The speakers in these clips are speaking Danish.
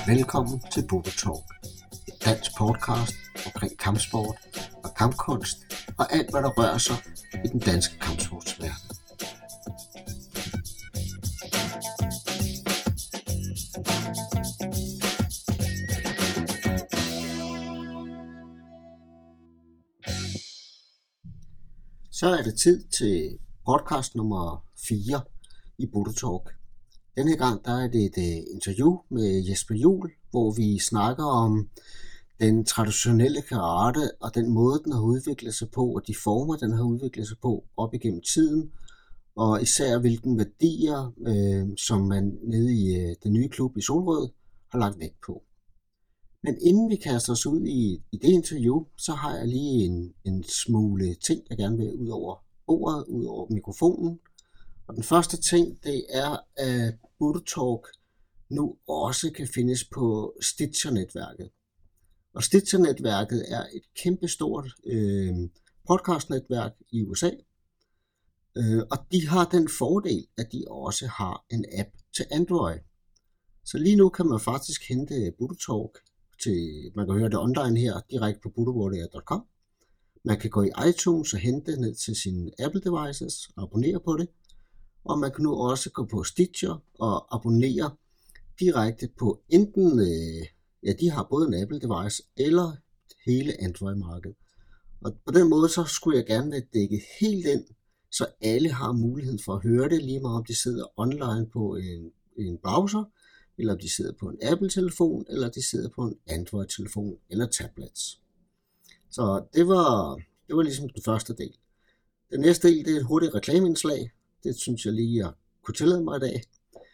Velkommen til Budo Talk, et dansk podcast omkring kampsport og kampkunst og alt, hvad der rører sig i den danske kampsportsverden. Så er det tid til podcast nummer 4 i Budo Talk. Denne gang der er det et interview med Jesper Juhl, hvor vi snakker om den traditionelle karate og den måde, den har udviklet sig på, og de former, den har udviklet sig på op igennem tiden, og især hvilke værdier, som man nede i den nye klub i Solrød har lagt vægt på. Men inden vi kaster os ud i det interview, så har jeg lige en smule ting, jeg gerne vil ud over ordet, ud over mikrofonen. Og den første ting, det er, at Budo Talk nu også kan findes på Stitcher-netværket. Og Stitcher-netværket er et kæmpestort podcastnetværk i USA. Og de har den fordel, at de også har en app til Android. Så lige nu kan man faktisk hente Budo Talk man kan høre det online her direkte på budowarrior.com. Man kan gå i iTunes og hente det ned til sine Apple devices og abonnere på det. Og man kan nu også gå på Stitcher og abonnere direkte på enten, de har både en Apple device eller hele Android-markedet. Og på den måde så skulle jeg gerne være dækket helt ind, så alle har muligheden for at høre det, lige meget om de sidder online på en browser, eller om de sidder på en Apple-telefon, eller de sidder på en Android-telefon eller tablets. Så det var ligesom den første del. Den næste del, det er et hurtigt reklameindslag. Det synes jeg lige, jeg kunne tillade mig i dag.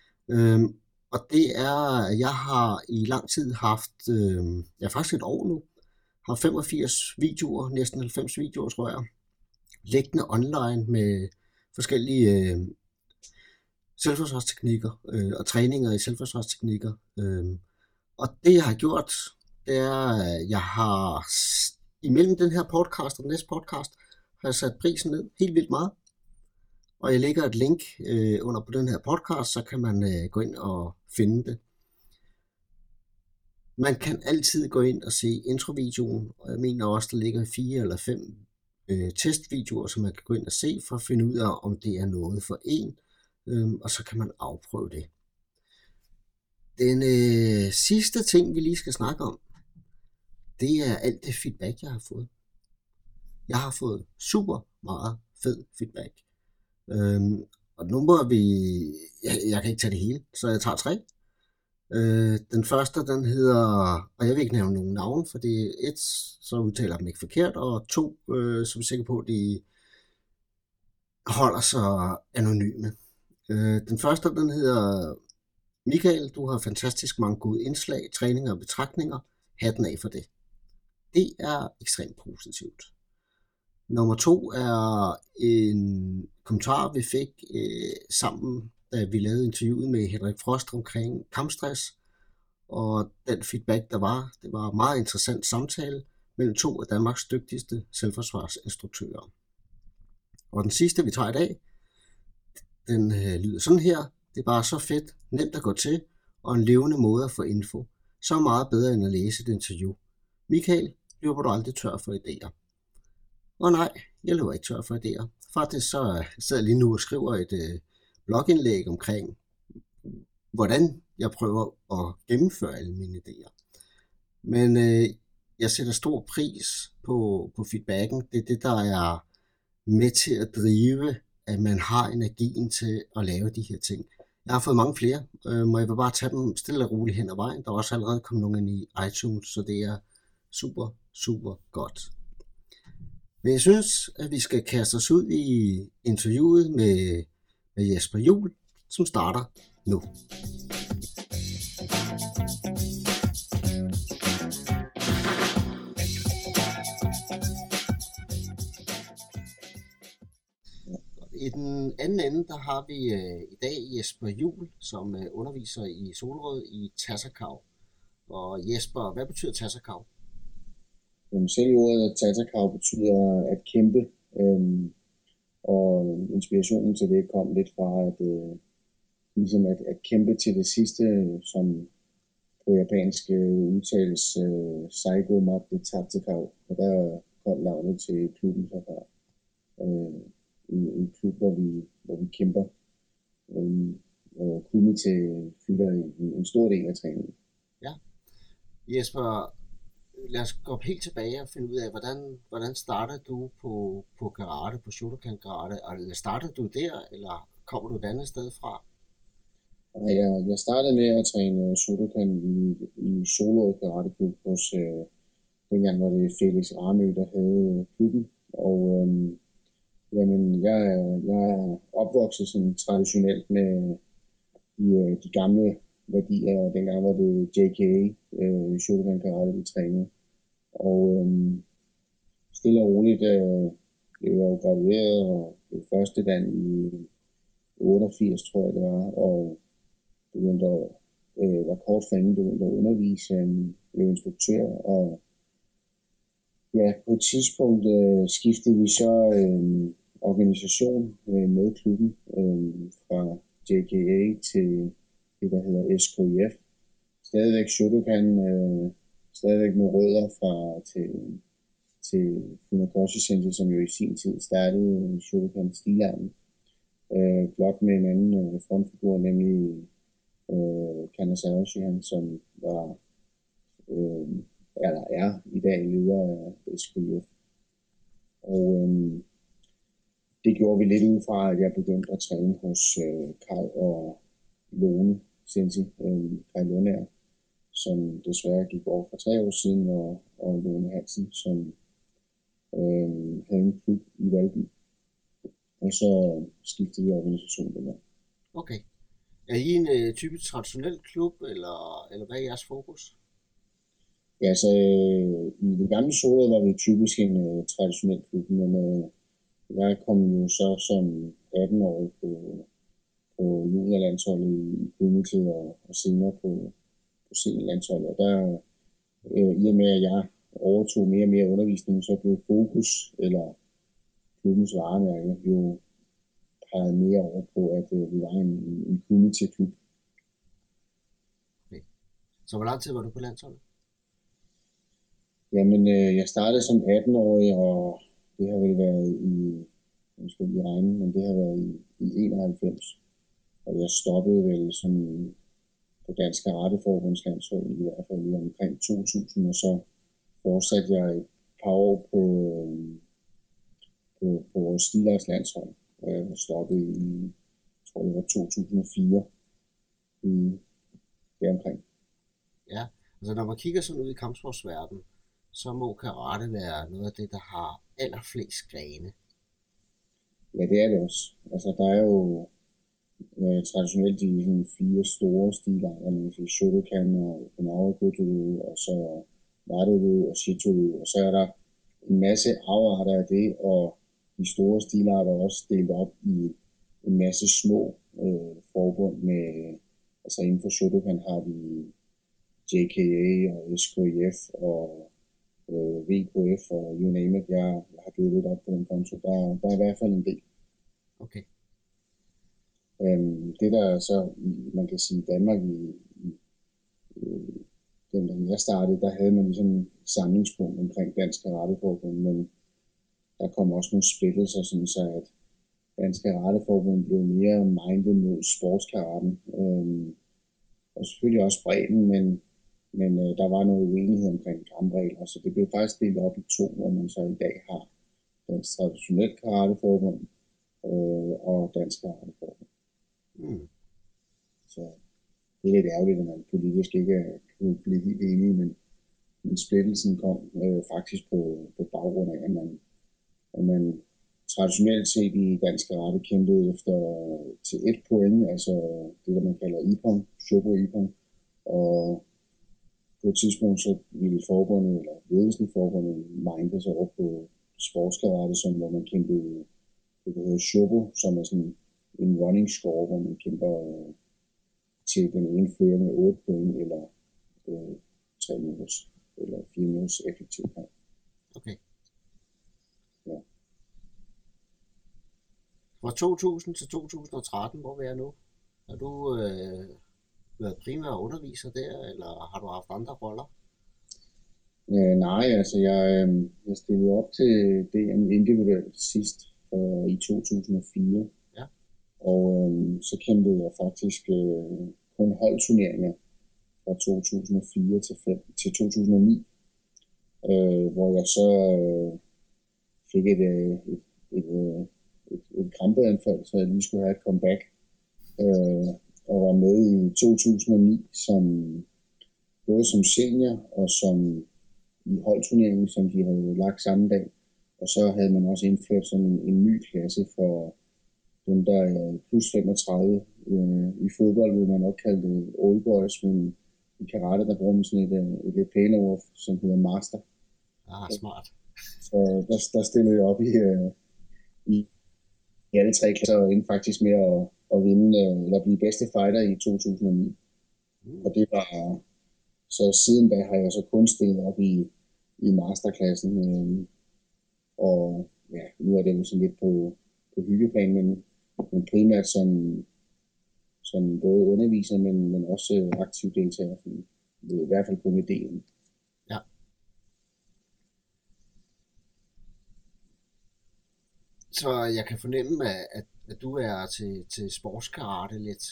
Og det er, at jeg har i lang tid haft, faktisk et år nu, har 85 videoer, næsten 90 videoer, tror jeg, liggende online med forskellige selvforsvarsteknikker og træninger i selvforsvarsteknikker. Og det jeg har gjort, det er, at jeg har imellem den her podcast og den næste podcast, har jeg sat prisen ned helt vildt meget. Og jeg lægger et link under på den her podcast, så kan man gå ind og finde det. Man kan altid gå ind og se introvideoen, og jeg mener også, der ligger 4 eller 5 testvideoer, som man kan gå ind og se, for at finde ud af, om det er noget for en, og så kan man afprøve det. Den sidste ting, vi lige skal snakke om, det er alt det feedback, jeg har fået. Jeg har fået super meget fed feedback. Og nu må jeg kan ikke tage det hele, så jeg tager 3. Den første, den hedder, og jeg vil ikke nævne nogen navn, for det er 1, så udtaler dem ikke forkert, og 2, som er sikker på, at de holder sig anonyme. Den første, den hedder, Michael, du har fantastisk mange gode indslag, træninger og betragtninger. Hatten af for det. Det er ekstremt positivt. Nummer 2 er en kommentar, vi fik sammen, da vi lavede interviewet med Henrik Frost omkring kampstress. Og den feedback, der var, det var en meget interessant samtale mellem 2 af Danmarks dygtigste selvforsvarsinstruktører. Og den sidste, vi tager i dag, den lyder sådan her. Det er bare så fedt, nemt at gå til, og en levende måde at få info. Så meget bedre end at læse et interview. Michael, løber du aldrig tør for idéer? Og nej, jeg løber ikke tør for idéer. Faktisk så sidder jeg lige nu og skriver et blogindlæg omkring, hvordan jeg prøver at gennemføre alle mine idéer. Men jeg sætter stor pris på feedbacken. Det er det, der er med til at drive, at man har energien til at lave de her ting. Jeg har fået mange flere, og jeg vil bare tage dem stille og roligt hen ad vejen. Der er også allerede kommet nogen ind i iTunes, så det er super, super godt. Men jeg synes, at vi skal kaste os ud i interviewet med Jesper Juhl, som starter nu. I den anden ende, der har vi i dag Jesper Juhl, som underviser i Solrød i Tassakau. Og Jesper, hvad betyder Tassakau? Selv ordet Tassakau betyder at kæmpe, og inspirationen til det kom lidt fra, at kæmpe til det sidste, som på på japansk udtales Saigo Matte Tattekau, og der kom navnet til klubben fra. En klub, hvor vi kæmper, og Kumite fylder en stor del af træningen. Ja. Jesper, lad os gå helt tilbage og finde ud af, hvordan startede du på karate, på Shotokan karate? Eller startede du der, eller kommer du et andet sted fra? Jeg startede med at træne Shotokan i Solrød Karateklub hos, dengang var det Felix Ramø, der havde klubben. Og jamen, jeg er opvokset sådan traditionelt med de gamle værdier. Dengang var det JKA, Shotokan Karate, vi trænede. Og stille og roligt blev jeg jo gradueret og blev førstedan i 88, tror jeg det var, og begyndte var kort forinden begyndte at undervise, blev instruktør, og ja, på et tidspunkt skiftede vi så organisation med klubben fra JKA til det, der hedder SKF. Stadigvæk Shotokan, stadigvæk med rødder til Funakoshi Sensei, som jo i sin tid startede Shotokan stilarten. Blot med en anden frontfigur, nemlig Kanazawa, som var eller er i dag leder af SKF. Og det gjorde vi lidt ud fra, at jeg begyndte at træne hos Kai og Lone Sensei, Kai Lundager, som desværre gik over for 3 år siden, og Lone Hansen, som havde en klub i Valby. Og så skiftede vi organisation der. Okay. Er I en typisk traditionel klub, eller hvad er jeres fokus? Ja, så i det gamle Solrød var vi typisk en traditionel klub, men jeg kom jo så som 18-årig på juniorlandsholdet i Kumite og senere på seniorlandsholdet. Og der, i og med at jeg overtog mere og mere undervisning, så blev fokus, eller klubbens varemærke, jo peget mere over på, at vi var en Kumite-klub. Okay. Så hvor lang tid var du på landsholdet? Jamen, jeg startede som 18-årig, og det har vel været nu skal vi regne, men det har været i 91. Og jeg stoppede vel sådan på Dansk Karateforbunds landshold, i hvert fald i omkring 2000, og så fortsatte jeg et par år på vores stilarts landshold, og jeg stoppede i, jeg tror det var 2004, deromkring. Ja, altså når man kigger sådan ud i kampsportsverdenen, så må karate være noget af det, der har allerflest grene. Ja, det er det også. Altså, der er jo traditionelt de 4 store stilarter, man kan sige Shotokan og Okinawa Goju, og så Wado og Shito, og så er der en masse afarter af det, og de store stilarter er også delt op i en masse små forbund med, altså inden for Shotokan har vi JKA og SKF og VKF og you name it. Jeg har givet lidt op på den konto. Der er i hvert fald en del. Okay. Det der så, man kan sige, Danmark den jeg startede, der havde man ligesom et samlingspunkt omkring Dansk Karateforbund, men der kom også nogle splittelser, sådan så at Dansk Karateforbund blev mere mindet mod sportskaraten, og selvfølgelig også bredden, men der var noget uenighed omkring kampregler, så det blev faktisk delt op i 2, hvor man så i dag har Dansk Traditionelt Karateforbund og Dansk Karateforbund. Så det er lidt ærgerligt, at man politisk ikke kunne blive helt enige, men splittelsen kom faktisk på baggrund af, at man traditionelt set i dansk karate kæmpede efter til 1 point, altså det, der man kalder Ippon, Shobo Ippon, og på et tidspunkt så ville forbundet, eller ledelsen i forbundet, mindede sig over på sportskarate, som hvor man kæmpede det, der hedder Shobo, som er sådan en running score, hvor man kæmper til den ene fører med 8 point, eller 3 minutters, eller 4 minutters effektiv kamp. Okay. Ja. Fra 2000 til 2013, hvor vi er nu, er du været primær underviser der, eller har du haft andre roller? Nej, altså jeg stillede op til DM individuelt sidst i 2004, Ja. og så kæmpede jeg faktisk kun holdturneringer fra 2004 til 2009, hvor jeg så fik et, øh, et krampeanfald, så jeg lige skulle have et comeback, og var med i 2009 både som senior og som i holdturneringen, som de havde lagt samme dag. Og så havde man også indført sådan en ny klasse for dem, der er plus 35. I fodbold vil man nok kalde det old boys, men i karate, der bruger man sådan et lidt pænere ord, som hedder master. Smart. Så der stillede jeg op i alle tre klasser, og endte faktisk med at vinde, eller blive bedste fighter i 2009. Og det var, så siden da har jeg så kun stillet op i masterklassen, og ja, nu er det jo sådan lidt på hyggeplan, men primært som både underviser, men også aktiv deltager, i hvert fald på ideen. Ja. Så jeg kan fornemme, at du er til sportskarate lidt.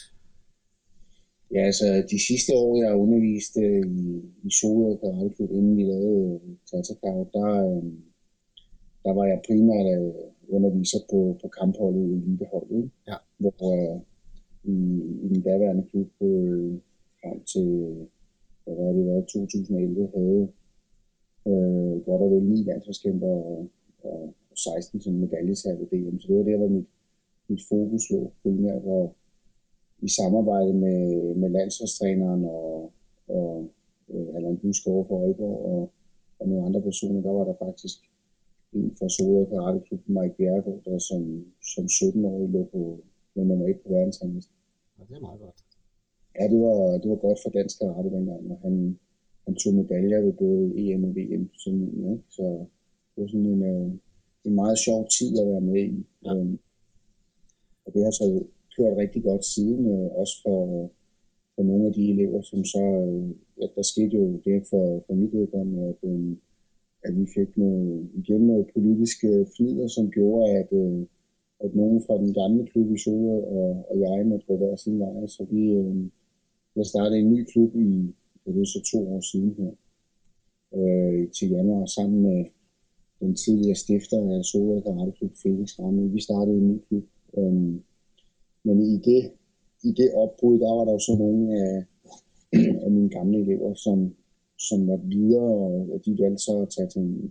Ja, altså de sidste år, jeg har undervist i Solrød Karate Klub, inden vi lavede Tatakau, der var jeg primært underviser på kampholdet i eliteholdet, Ja. hvor i den daværende klub frem til hvad var det, 2011 havde godt og vel 9 landsholdskæmper og 16 som medaljetal ved DM. Så det var der, hvor mit fokus lå primært, og i samarbejde med landsholdstræneren og Allan Buskov fra Aalborg og nogle andre personer, der var der faktisk en fra Solrød Karate Klub, Mike Bjerregaard, der som 17-årig lå på nummer 1 på verdensranglisten. Og det er meget godt. Ja, det var godt for dansk karate dengang, og han tog medaljer ved både EM og VM som ikke? Så det var sådan en meget sjov tid at være med i. Ja. Og det har så kørt rigtig godt siden, også for nogle af de elever, som så, der skete jo det for mit vedkommende, at vi fik noget politiske fnider, som gjorde, at nogen fra den gamle klub i Solrød og jeg måtte gå hver sin vej. Så jeg startede en ny klub det er så 2 år siden her, til januar, sammen med den tidligere stifter af Solrød Karate Klub, Felix Ramme. Vi startede en ny klub. Men i det opbrud, der var der jo så nogle af mine gamle elever, som var videre, og de valgte så at tage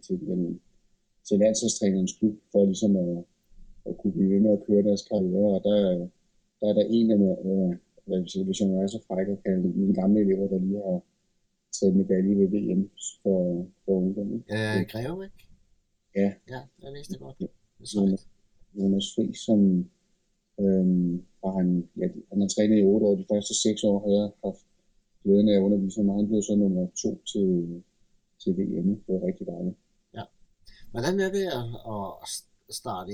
til landsholdstrænerens klub, for ligesom at kunne blive ved med at køre deres karriere. Og der er der en af hvis jeg er så fræk at kalde mine gamle elever, der lige har taget medalje ved VM for ungdom. Greve, ikke? Ja. Ja, jeg læste det godt. Jonas Friis, som og han har trænet i 8 år. De første 6 år har jeg haft glæden af at undervise ham. Han blev så nummer 2 til VM. Det var rigtig dejligt. Ja. Hvordan er det at starte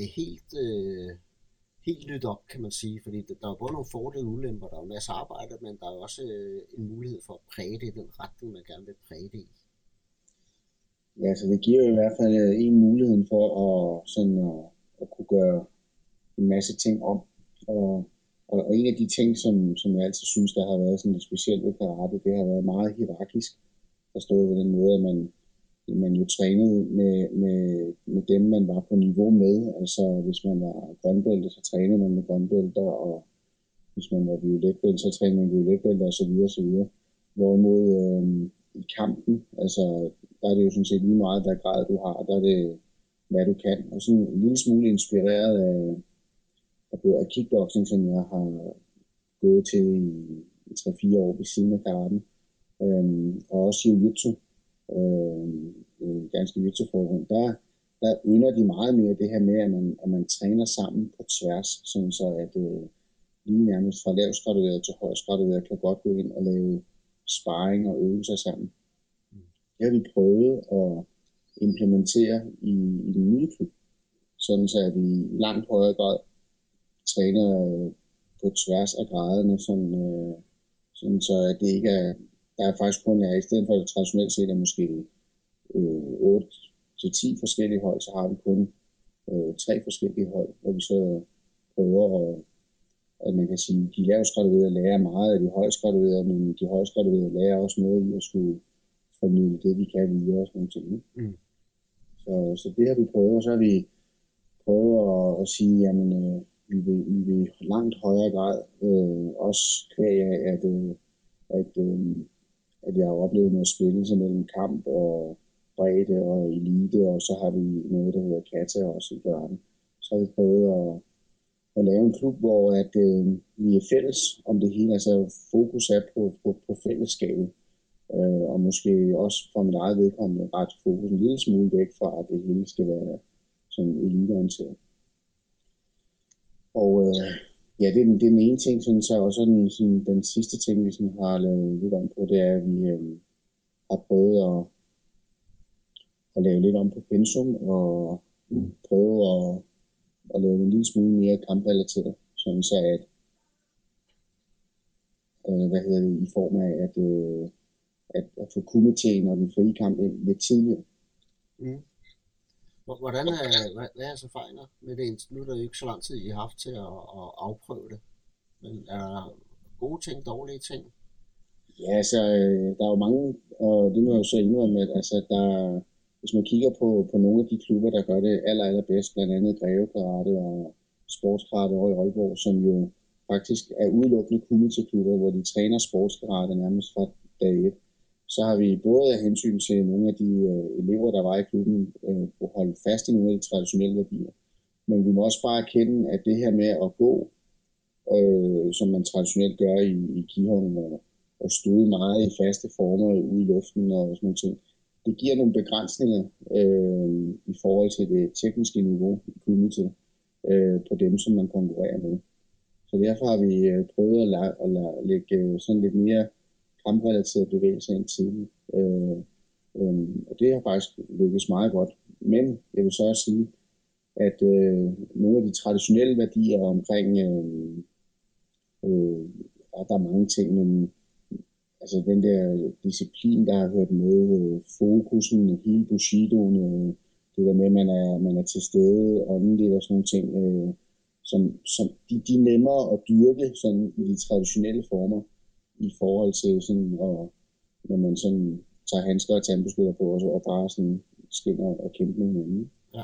helt nyt op, kan man sige? Fordi der er både nogle fordele og ulemper. Der er en masse arbejde, men der er også en mulighed for at præge det i den retning, man gerne vil præge det i. Ja, så det giver jo i hvert fald en mulighed for at kunne gøre en masse ting om. Og en af de ting, som jeg altid synes, der har været sådan specielt ved karate, det har været meget hierarkisk. Der stod på den måde, at man jo trænede med dem, man var på niveau med. Altså hvis man var grønbælte, så trænede man med grønbælter, og hvis man var violetbælte, så trænede man violetbælter osv. Hvorimod i kampen, altså der er det jo sådan set lige meget, hvad grad du har, der er det, hvad du kan. Og sådan en lille smule inspireret af kickboxing, som jeg har gået til i 3-4 år ved siden af karaten. Og også jiu-jitsu, danske jiu-jitsu-forbund. Der ynder de meget mere det her med, at man træner sammen på tværs, sådan så at lige nærmest fra lavstraderet til højstraderet kan godt gå ind og lave sparring og øvelser sammen. Det har vi prøvet at implementere i den nye klub, sådan så at vi i langt højere grad træner på tværs af graderne, sådan Sådan så at det ikke er, der er faktisk kun, i stedet for traditionelt set er måske 8 til 10 forskellige hold, så har vi kun 3 forskellige hold, hvor vi så prøver at man kan sige, de lavest graduerede lærer meget af de højst graduerede, men de højst graduerede lærer også noget i at skulle formidle det, de kan videre og sådan nogle ting. Mm. Så det har vi prøvet, og så har vi prøvet at sige, jamen vi vil i langt højere grad også kvæg af, at jeg har oplevet noget splittelse mellem kamp og bredde og elite, og så har vi noget, der hedder kata også i døren. Så har vi prøvet at lave en klub, hvor at, vi er fælles om det hele, altså fokus er på fællesskabet, og måske også fra mit eget vedkommende ret fokus en lille smule væk fra, at det hele skal være sådan eliteorienteret. Og ja, det er den ene ting, så også sådan, den sidste ting, vi sådan har lavet lidt om på, det er, at vi har prøvet at lave lidt om på pensum, og prøve at lave en lille smule mere kamprelateret, sådan så at, i form af at få komiteen og den frie kamp ind lidt tidligere. Mm. Hvad er jeres erfaringer med det? Nu er der jo ikke så lang tid, I har haft til at afprøve det. Men er der gode ting, dårlige ting? Ja, altså, der er jo mange, og det må jeg jo så indrømme, at altså, hvis man kigger på nogle af de klubber, der gør det allerbedst, blandt andet Greve Karate og Sportskarate over i Aalborg, som jo faktisk er udelukkende komiteklubber, hvor de træner sportskarate nærmest fra dag 1. Så har vi både af hensyn til nogle af de elever, der var i klubben, holdt fast i nogle af de traditionelle værdier. Men vi må også bare erkende, at det her med at gå, som man traditionelt gør i Kihong, og støde meget i faste former ude i luften og sådan nogle ting, det giver nogle begrænsninger i forhold til det tekniske niveau i komite på dem, som man konkurrerer med. Så derfor har vi prøvet at lægge sådan lidt mere kamprelaterede bevægelser ind tidligt. Og det har faktisk lykkes meget godt. Men jeg vil så også sige, at nogle af de traditionelle værdier omkring, der er mange ting, men altså den der disciplin, der har hørt med, fokusen, hele Bushidoen, det der med, at man er til stede åndeligt og sådan nogle ting, som de er nemmere at dyrke sådan i de traditionelle former, i forhold til sådan, når man sådan tager handsker og tandbeskytter på, og bare sådan skinner og kæmper med hinanden. Ja.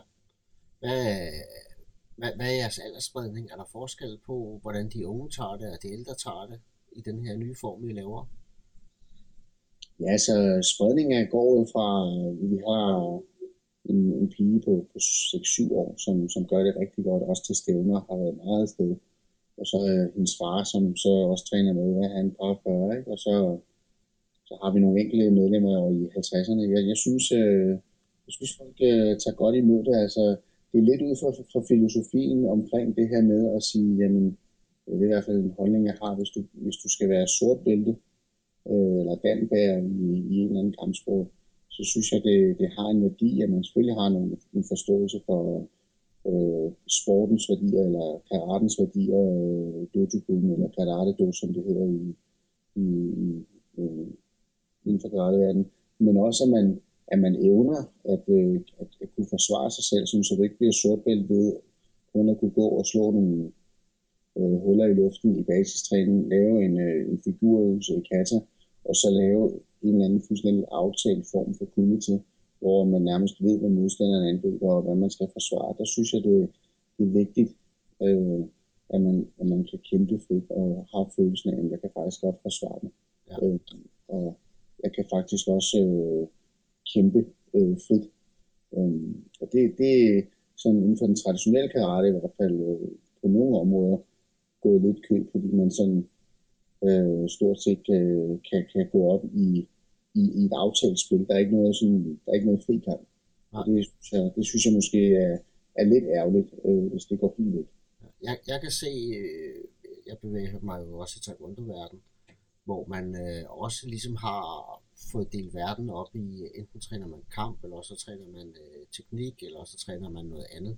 Hvad er jeres aldersspredning? Er der forskel på, hvordan de unge tager det, og de ældre tager det, i den her nye form, I laver? Ja, så spredningen går jo fra, vi har en pige på 6-7 år, som gør det rigtig godt, også til stævner, har været meget sted. Og så hendes far, som så også træner med, hvad han par 40, ikke? Og så har vi nogle enkelte medlemmer i 50'erne. Jeg synes folk tager godt imod det. Altså, det er lidt ud fra filosofien omkring det her med at sige, jamen, det er i hvert fald en holdning, jeg har, hvis du skal være sort bælte, eller danbærer i en eller anden kampsport, så synes jeg, det har en værdi, at man selvfølgelig har en forståelse for sportens værdier, eller karatens værdier, dojukun, eller karate-do, som det hedder inden for karateverdenen, men også, at man evner at kunne forsvare sig selv, så du ikke bliver sortbælt ved kun at kunne gå og slå nogle huller i luften i basistræning, lave en figurøvelse i kata, og så lave en eller anden fuldstændig aftalt form for kumite, hvor man nærmest ved, hvad modstanderen angriber, og hvad man skal forsvare. Der synes jeg, det er vigtigt, at man kan kæmpe frit, og har følelsen af, at jeg kan faktisk godt forsvare det. Ja. Og jeg kan faktisk også kæmpe frit. Og det er sådan inden for den traditionelle karate, i hvert fald på nogle områder, gået lidt køb, fordi man sådan stort set kan gå op i et aftalt-spil. Der er ikke noget fri kamp. Og det synes jeg måske er lidt ærgerligt, hvis det går helt væk. Jeg kan se, jeg bevæger mig jo også i taekwondo-verden, hvor man også ligesom har fået delt verden op i, enten træner man kamp, eller også træner man teknik, eller også træner man noget andet.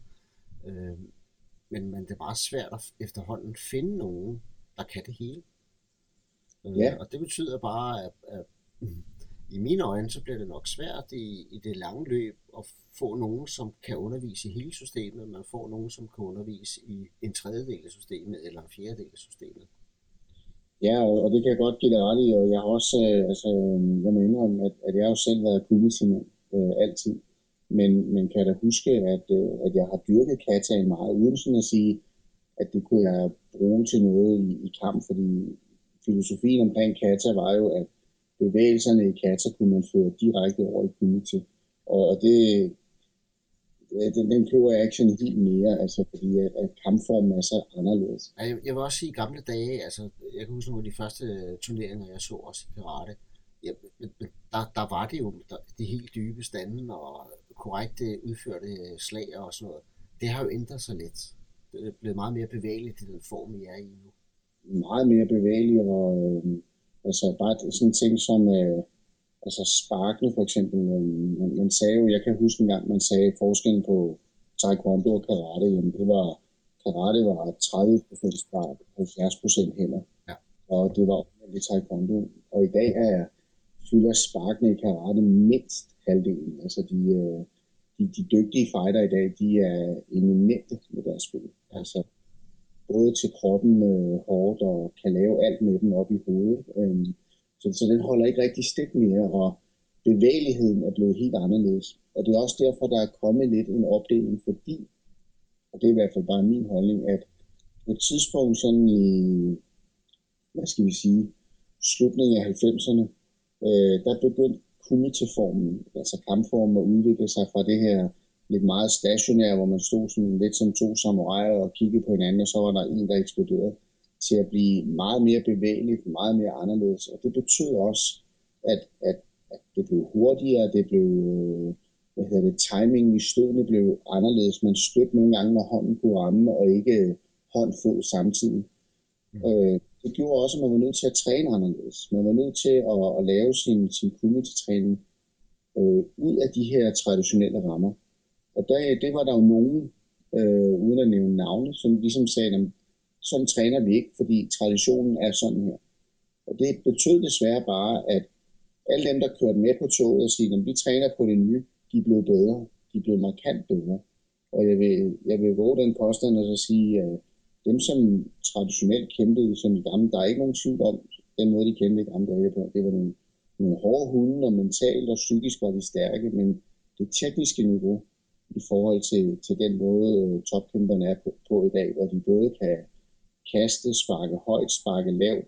Men det er bare svært at efterhånden finde nogen, der kan det hele. Ja, Og det betyder bare, at i mine øjne, så bliver det nok svært i det lange løb at få nogen, som kan undervise i hele systemet. Man får nogen, som kan undervise i en tredjedel af systemet eller en fjerdedel af systemet. ja, og det kan jeg godt give dig ret i, og jeg har også, jeg må indrømme, at jeg har jo selv været kuglesemand altid. Men kan da huske, at jeg har dyrket kataen meget, uden sådan at sige, at det kunne jeg bruge til noget i kamp, fordi filosofien omkring kata var jo, at bevægelserne i kata kunne man føre direkte over i kumite. Og den køber jeg ikke sådan helt mere, altså fordi at kampformen er så anderledes. Jeg vil også sige, at i gamle dage, altså jeg kan huske nogle af de første turneringer, jeg så også i karate, ja, der var det jo de helt dybe stande og korrekt udførte slag og sådan noget. Det har jo ændret sig lidt. Det er blevet meget mere bevægeligt i den form, vi er i nu. Meget mere bevægelig, og altså bare sådan ting som altså sparkene for eksempel. Man sagde jo, jeg kan huske en gang, man sagde forskellen på taekwondo og karate, jamen det var, karate var 30% spark, 70% hænder, Ja. og det var omvendt i taekwondo. Og i dag fylder sparkene i karate mindst halvdelen. Altså de dygtige fighter i dag, de er eminente med deres spil. Altså både til kroppen hårdt og kan lave alt med dem op i hovedet. Så den holder ikke rigtig stik mere, og bevægeligheden er blevet helt anderledes. Og det er også derfor, der er kommet lidt en opdeling, fordi, og det er i hvert fald bare min holdning, at på et tidspunkt sådan i, hvad skal vi sige, slutningen af 90'erne, der begyndte kumite-formen, altså kampformen, at udvikle sig fra det her lidt meget stationære, hvor man stod sådan lidt som to samuraier og kiggede på hinanden, og så var der en, der eksploderede, til at blive meget mere bevægeligt, meget mere anderledes. Og det betød også, at det blev hurtigere, det blev, timingen i stødene blev anderledes. Man stødte nogle gange, når hånden kunne ramme, og ikke hånd-fod samtidig. Det gjorde også, at man var nødt til at træne anderledes. Man var nødt til at lave sin kumite-træning ud af de her traditionelle rammer. Og det var der jo nogen, uden at nævne navne, som ligesom sagde, at sådan træner vi ikke, fordi traditionen er sådan her. Og det betød desværre bare, at alle dem, der kørte med på toget og siger, at vi træner på det nye, de er blevet bedre. De er blevet markant bedre. Og jeg vil våge den påstand og så sige, at dem, som traditionelt kæmpede som de gamle, der er ikke nogen tvivl om, den måde, de kæmpede i gamle dage på. Det var nogle hårde hunde, og mentalt og psykisk var de stærke, men det tekniske niveau i forhold til den måde, topkæmperne er på i dag, hvor de både kan kaste, sparke højt, sparke lavt,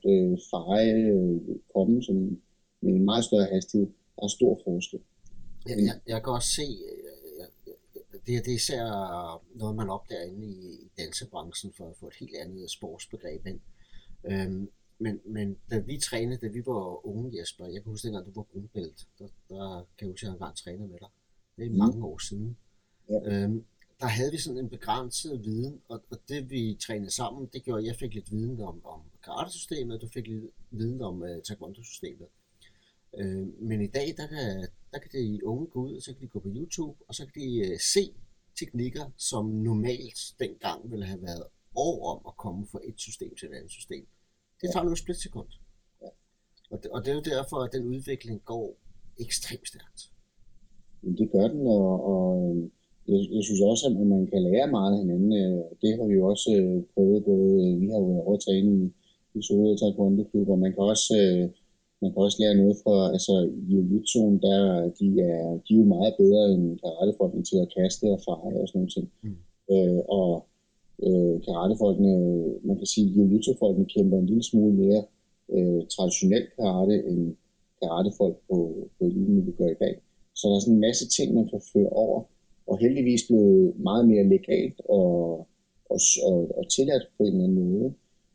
feje, komme som med en meget større hastighed. Der er stor forskel. Jeg kan også se, det er især noget, man opdager inde i dansebranchen for at få et helt andet sportsbegreb ind. Men da vi trænede, da vi var unge, Jesper, jeg kan huske dengang, du var brunbælt, der kan jeg huske, at jeg engang trænet med dig. Det er mange år siden. Ja. Der havde vi sådan en begrænset viden, og det vi trænede sammen, det gjorde, at jeg fik lidt viden om karate-systemet, og du fik lidt viden om taekwondo-systemet. Men i dag, der kan de unge gå ud, og så kan de gå på YouTube, og så kan de se teknikker, som normalt dengang ville have været år om at komme fra et system til et andet system. Det tager nu et splitsekund. Ja. Og det er jo derfor, at den udvikling går ekstremt stærkt. Det gør den, og jeg synes også, at man kan lære meget af hinanden. Det har vi jo også prøvet, både vi har jo været overtrænet i Solrød Taekwondo-klub, og man kan også lære noget fra, altså jiu-jitsu'en, de er jo meget bedre end karatefolkene til at kaste og feje og sådan nogle ting. Og karatefolkene, man kan sige, jiu-jitsu-folkene kæmper en lille smule mere traditionelt karate end karatefolk på eliten, vi gør i dag. Så der er sådan en masse ting, man kan føre over, og heldigvis blevet meget mere legalt og tilladt på en eller anden måde.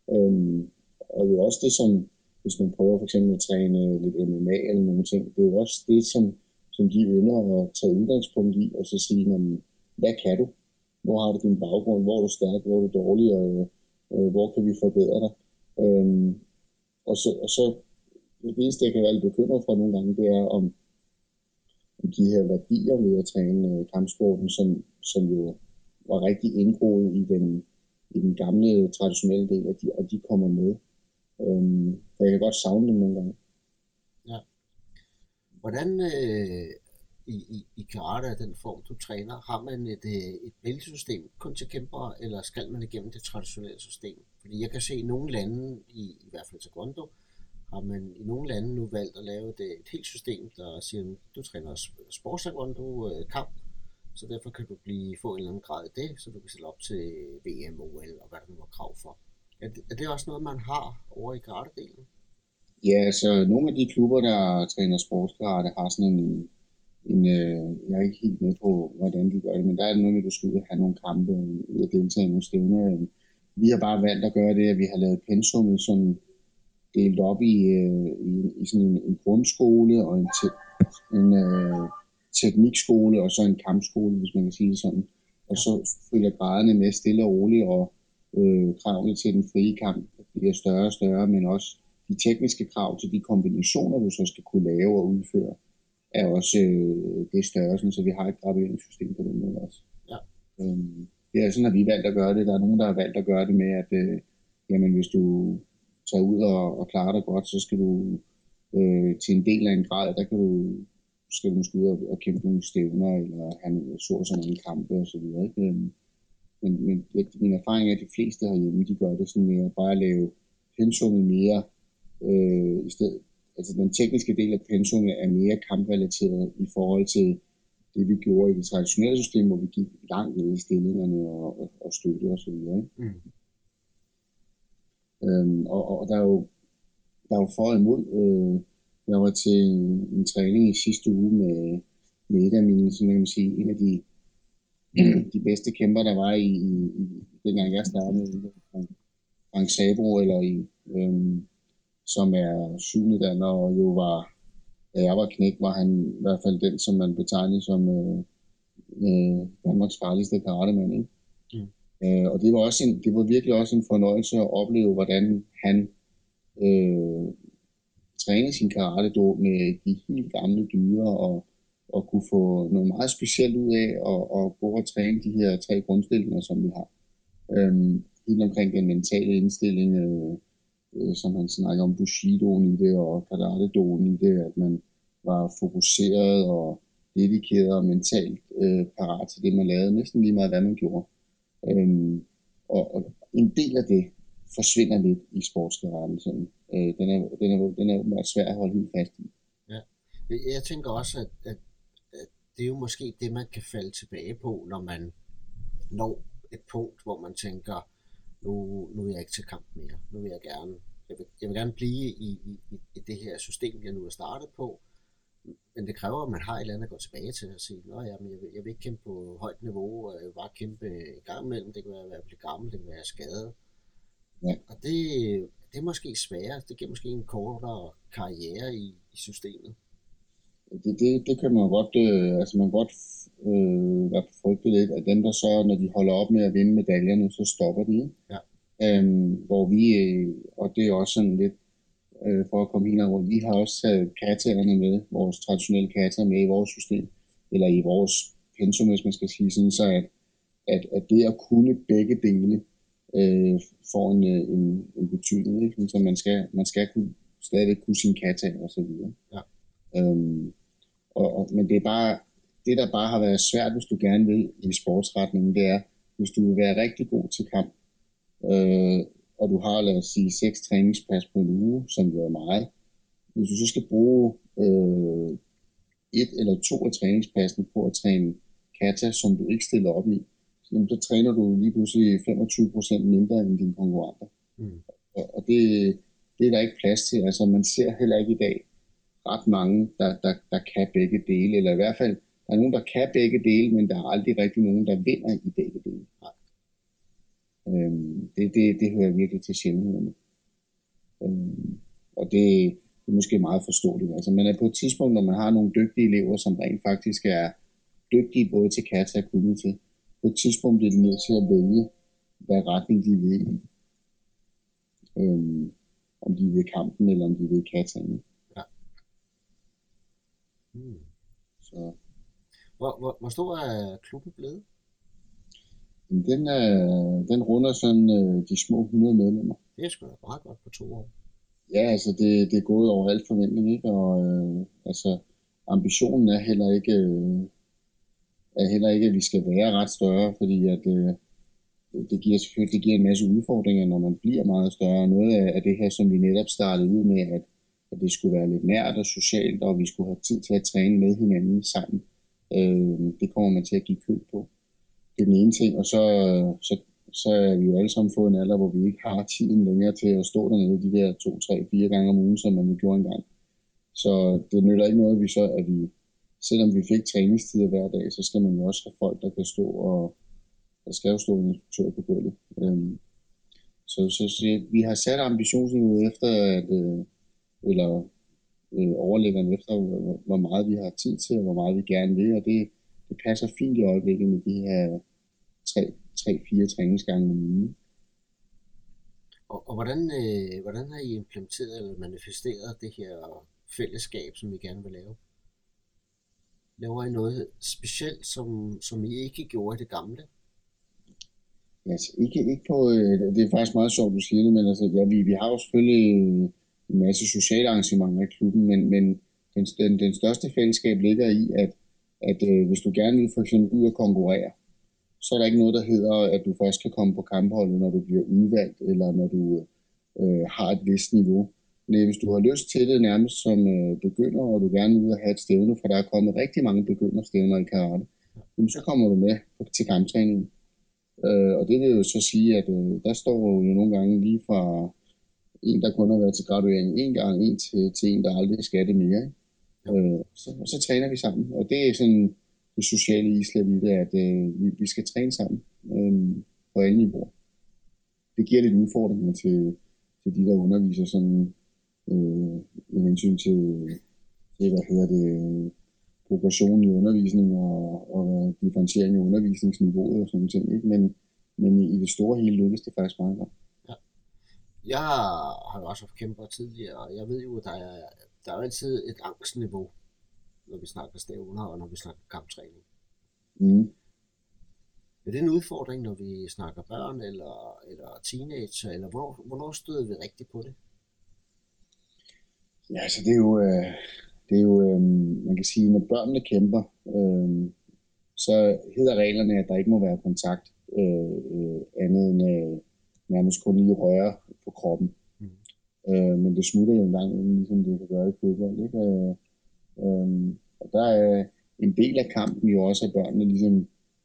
Og jo også det, som hvis man prøver for eksempel at træne lidt MMA eller nogle ting, det er jo også det, som de ynder at tage udgangspunkt i, og så sige, hvad kan du? Hvor har du din baggrund? Hvor er du stærk? Hvor er du dårlig? Og hvor kan vi forbedre dig? Og så det eneste, jeg kan være lidt bekymret for nogle gange, det er om de her værdier ved at træne kampsporten, som jo var rigtig indgroet i den gamle traditionelle del, at de kommer med. Så jeg kan godt savne dem nogle gange. Ja. Hvordan i karate, den form du træner, har man et bæltesystem kun til kæmpere, eller skal man igennem det traditionelle system? Fordi jeg kan se i nogle lande, i hvert fald taekwondo, har man i nogle lande nu valgt at lave et helt system, der siger, at du træner sportstaekwondo kamp, så derfor kan du få en eller anden grad af det, så du kan stille op til VM, OL og hvad der nu er krav for. Er det også noget, man har over i karate-delen? Ja, så nogle af de klubber, der træner sportskarate, har sådan jeg er ikke helt med på, hvordan de gør det, men der er det noget med, at du skal ud og have nogle kampe, ud og deltage i nogle stævner. Vi har bare valgt at gøre det, at vi har lavet pensummet sådan delt op i sådan en grundskole og en teknikskole og så en kampskole, hvis man kan sige det sådan. Og så følger graderne med stille og roligt, og kravene til den frie kamp bliver større og større, men også de tekniske krav til de kombinationer, du så skal kunne lave og udføre, er også det større, sådan, så vi har et gradueringssystem på den måde også. Ja. Det er sådan, at vi valgt at gøre det. Der er nogen, der har valgt at gøre det med, at jamen, hvis du tager ud og klarer dig godt, så skal du til en del af en grad, der skal du måske ud og kæmpe nogle stævner, eller have så mange kampe og så videre. Ikke? Men min erfaring er, at de fleste herhjemme, de gør det sådan med at bare lave pensummet mere i stedet. Altså den tekniske del af pensummet er mere kamprelateret i forhold til det, vi gjorde i det traditionelle system, hvor vi gik langt ned i stillingerne og støtte og så videre. Ikke? Og der er jo for og imod. Jeg var til en træning i sidste uge med et af mine, sådan kan man sige, en af de bedste kæmper, der var i dengang jeg startede, Frank Sabro, eller som er syvende og jo var, da jeg var knæk, var han i hvert fald den, som man betegnede som Danmarks farligste karatemand, ikke? Og det var virkelig også en fornøjelse at opleve, hvordan han trænede sin karate-do med de helt gamle dyder, og kunne få noget meget specielt ud af at gå og træne de her 3 grundstillinger, som vi har. Helt omkring den mentale indstilling, som han snakker om Bushidoen i det, og karate-doen i det, at man var fokuseret og dedikeret og mentalt parat til det, man lavede, næsten lige meget, hvad man gjorde. Og en del af det forsvinder lidt i sportskaraten. Den er meget svær at holde helt fast i. Ja. Jeg tænker også, at det er jo måske det, man kan falde tilbage på, når man når et punkt, hvor man tænker, nu er jeg ikke til kamp mere. Nu vil jeg vil gerne blive i det her system, jeg nu er startet på. Men det kræver, at man har et eller andet at gå tilbage til og sige, jeg vil ikke kæmpe på højt niveau, jeg vil bare kæmpe en gang imellem. Det kan være at blive gammel, det kan være skadet. Ja. Og det er måske sværere. Det giver måske en kortere karriere i systemet. Det kan man godt, altså man kan godt frygte lidt, at dem, der så, når de holder op med at vinde medaljerne, så stopper de. Ikke? Ja. Hvor vi, og det er også sådan lidt, for at komme helt rundt, vi har også taget kataerne med, vores traditionelle kataer med i vores system, eller i vores pensum, hvis man skal sige sådan, så at det at kunne begge dele får en betydning, ikke? Så man skal stadigvæk kunne sin kata og så videre. Ja. Men det er bare, det der bare har været svært, hvis du gerne vil i sportsretningen, det er, hvis du vil være rigtig god til kamp, og du har, lad os sige, 6 træningspas på en uge, som jo er meget. Hvis du så skal bruge 1 eller 2 af træningspassene på at træne kata, som du ikke stiller op i, så træner du lige pludselig 25% mindre end dine konkurrenter. Og det er der ikke plads til. Altså man ser heller ikke i dag ret mange, der kan begge dele, eller i hvert fald, der er nogen, der kan begge dele, men der er aldrig rigtig nogen, der vinder i begge dele. Det hører virkelig til sjældenhederne. Og det er måske meget forståeligt. Altså man er på et tidspunkt, når man har nogle dygtige elever, som rent faktisk er dygtige både til kata og kunne til, på et tidspunkt bliver de nødt til at vælge, hvad retning de vil i. Om de vil kampen, eller om de vil kataen. Ja. Så. Hvor stor er klubben blevet? Den runder sådan de små 100 medlemmer. Det er sgu da meget godt på 2 år. Ja, altså det er gået over al forventning, ikke? Og altså ambitionen er heller ikke, at vi skal være ret større, fordi at det giver selvfølgelig en masse udfordringer, når man bliver meget større. Noget af det her, som vi netop startede ud med, at det skulle være lidt nært og socialt, og vi skulle have tid til at træne med hinanden sammen. Det kommer man til at give køb på. Det er den ene ting, og så er vi jo alle sammen fået en alder, hvor vi ikke har tiden længere til at stå dernede de der 2, 3, 4 gange om ugen, som man jo gjorde engang. Så det nytter ikke noget, at vi selvom vi fik træningstider hver dag, så skal man jo også have folk, der kan stå, og der skal jo stå en instruktør på gulvet. Så vi har sat ambitionsniveauet efter, eller overlæggeren efter, hvor meget vi har tid til, og hvor meget vi gerne vil, og det passer fint i øjeblikket med de her 3-4 træningsgange om ugen. Og hvordan har I implementeret eller manifesteret det her fællesskab, som I gerne vil lave? Laver I noget specielt, som I ikke gjorde i det gamle? Ja, altså ikke på, det er faktisk meget sjovt, du siger det, men altså, ja, vi har jo selvfølgelig en masse sociale arrangementer i klubben, men den største fællesskab ligger i, at hvis du gerne vil for eksempel ud og konkurrere, så er der ikke noget, der hedder, at du først kan komme på kampholdet, når du bliver udvalgt, eller når du har et vist niveau. Men hvis du har lyst til det nærmest som begynder, og du gerne vil ud og have et stævne, for der er kommet rigtig mange begynderstævner i karate, så kommer du med til kamptræningen. Og det vil jo så sige, at der står jo nogle gange lige fra en, der kun har været til graduering en gang, til en, der aldrig skal det mere. Ikke? Så træner vi sammen, og det er sådan det sociale islet i det, at vi skal træne sammen på alle niveauer. Det giver lidt udfordringer til de, der underviser sådan med hensyn til progression i undervisning og differentiering i undervisningsniveauet og sådan ting, ikke? Men i det store hele lykkes det faktisk meget godt. Ja. Jeg har jo også haft kæmper tidligere, og jeg ved jo, at der er altid et angstniveau, når vi snakker stævner og når vi snakker kamptræning. Mm. Er det en udfordring, når vi snakker børn eller teenager, eller hvornår støder vi rigtigt på det? Ja, altså det er jo man kan sige, når børnene kæmper, så hedder reglerne, at der ikke må være kontakt andet end nærmest kun lige røre på kroppen. Men det smutter jo en gang inden, ligesom det kan gøre i fodbold. Ikke? Og der er en del af kampen jo også, at børnene ligesom,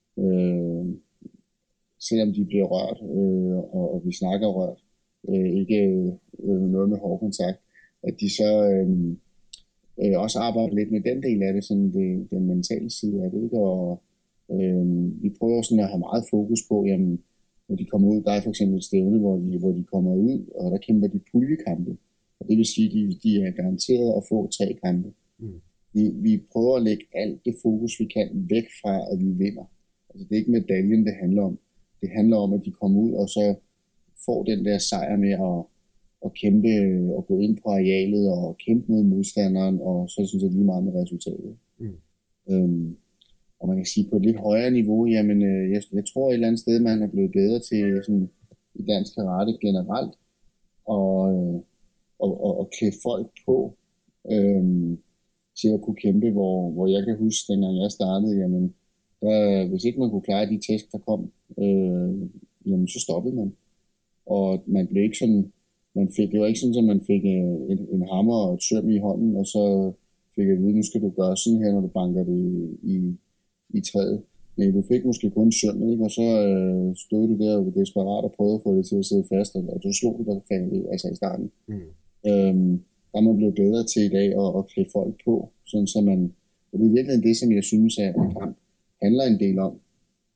selvom de bliver rørt, og vi snakker rørt, ikke noget med hård kontakt, at de så også arbejder lidt med den del af det, sådan den mentale side af det. Ikke? Og vi prøver sådan at have meget fokus på, jamen, når de kommer ud, der er for eksempel et stævne, hvor de kommer ud, og der kæmper de puljekampe. Og det vil sige, at de er garanteret at få 3 kampe. Vi prøver at lægge alt det fokus, vi kan, væk fra, at vi vinder. Altså det er ikke medaljen, det handler om. Det handler om, at de kommer ud, og så får den der sejr med at kæmpe og gå ind på arealet og kæmpe mod modstanderen, og så synes jeg lige meget med resultatet. Og man kan sige på et lidt højere niveau, jamen jeg tror et eller andet sted, man er blevet bedre til sådan, i dansk karate generelt, og klæde folk på til at kunne kæmpe, hvor jeg kan huske, dengang jeg startede, jamen hvis ikke man kunne klare de test, der kom, jamen så stoppede man. Og man blev ikke sådan, det var ikke sådan, at man fik en hammer og et søm i hånden, og så fik jeg at vide, nu skal du gøre sådan her, når du banker det i træet. Men du fik måske kun sømmet, ikke? Og så stod du der og desperat og prøvede at få det til at sidde fast, og så slog du dig altså i starten. Der er man blevet bedre til i dag at klæde folk på, sådan så man, og det er virkelig det, som jeg synes, at en kamp handler en del om,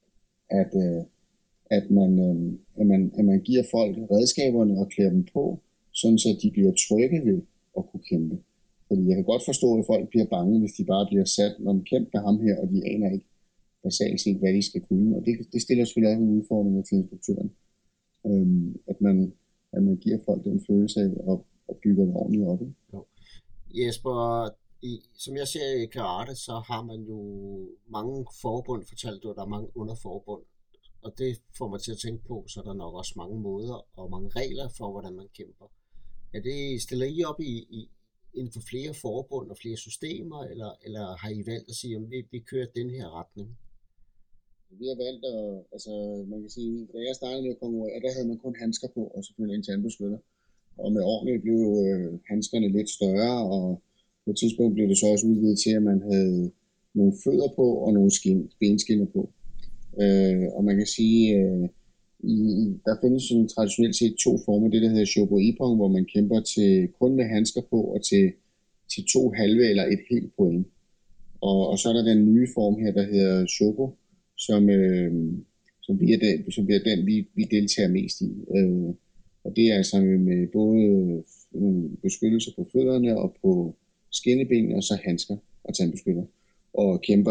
at man giver folk redskaberne og klæder dem på, sådan så de bliver trygge ved at kunne kæmpe. Fordi jeg kan godt forstå, at folk bliver bange, hvis de bare bliver sat, når man kæmper ham her, og de aner ikke basalt set, hvad de skal kunne. Og det stiller selvfølgelig også en udfordring til instruktøren. At man giver folk den følelse af at bygge det ordentligt op. Jo. Jesper, som jeg ser i karate, så har man jo mange forbund, fortalt du, at der er mange underforbund. Og det får mig til at tænke på, så er der nok også mange måder og mange regler for, hvordan man kæmper. Stiller I op inden for flere forbund og flere systemer, eller har I valgt at sige, at vi kører den her retning? Vi har valgt at, altså man kan sige, da jeg startede med at konkurrere, der havde man kun handsker på, og selvfølgelig en tandbeskytter. Og med årene blev handskerne lidt større, og på et tidspunkt blev det så også udvidet til, at man havde nogle fødder på og nogle benskinner på. Og man kan sige, der findes sådan traditionelt set to former, det der hedder Shogo Ippon, hvor man kæmper til kun med handsker på og til 2 halve eller et helt point. Og så er der den nye form her, der hedder Shogo, som bliver den, vi deltager mest i. Og det er altså med både nogle beskyttelser på fødderne og på skinnebenene, og så handsker og tandbeskytter. Og kæmper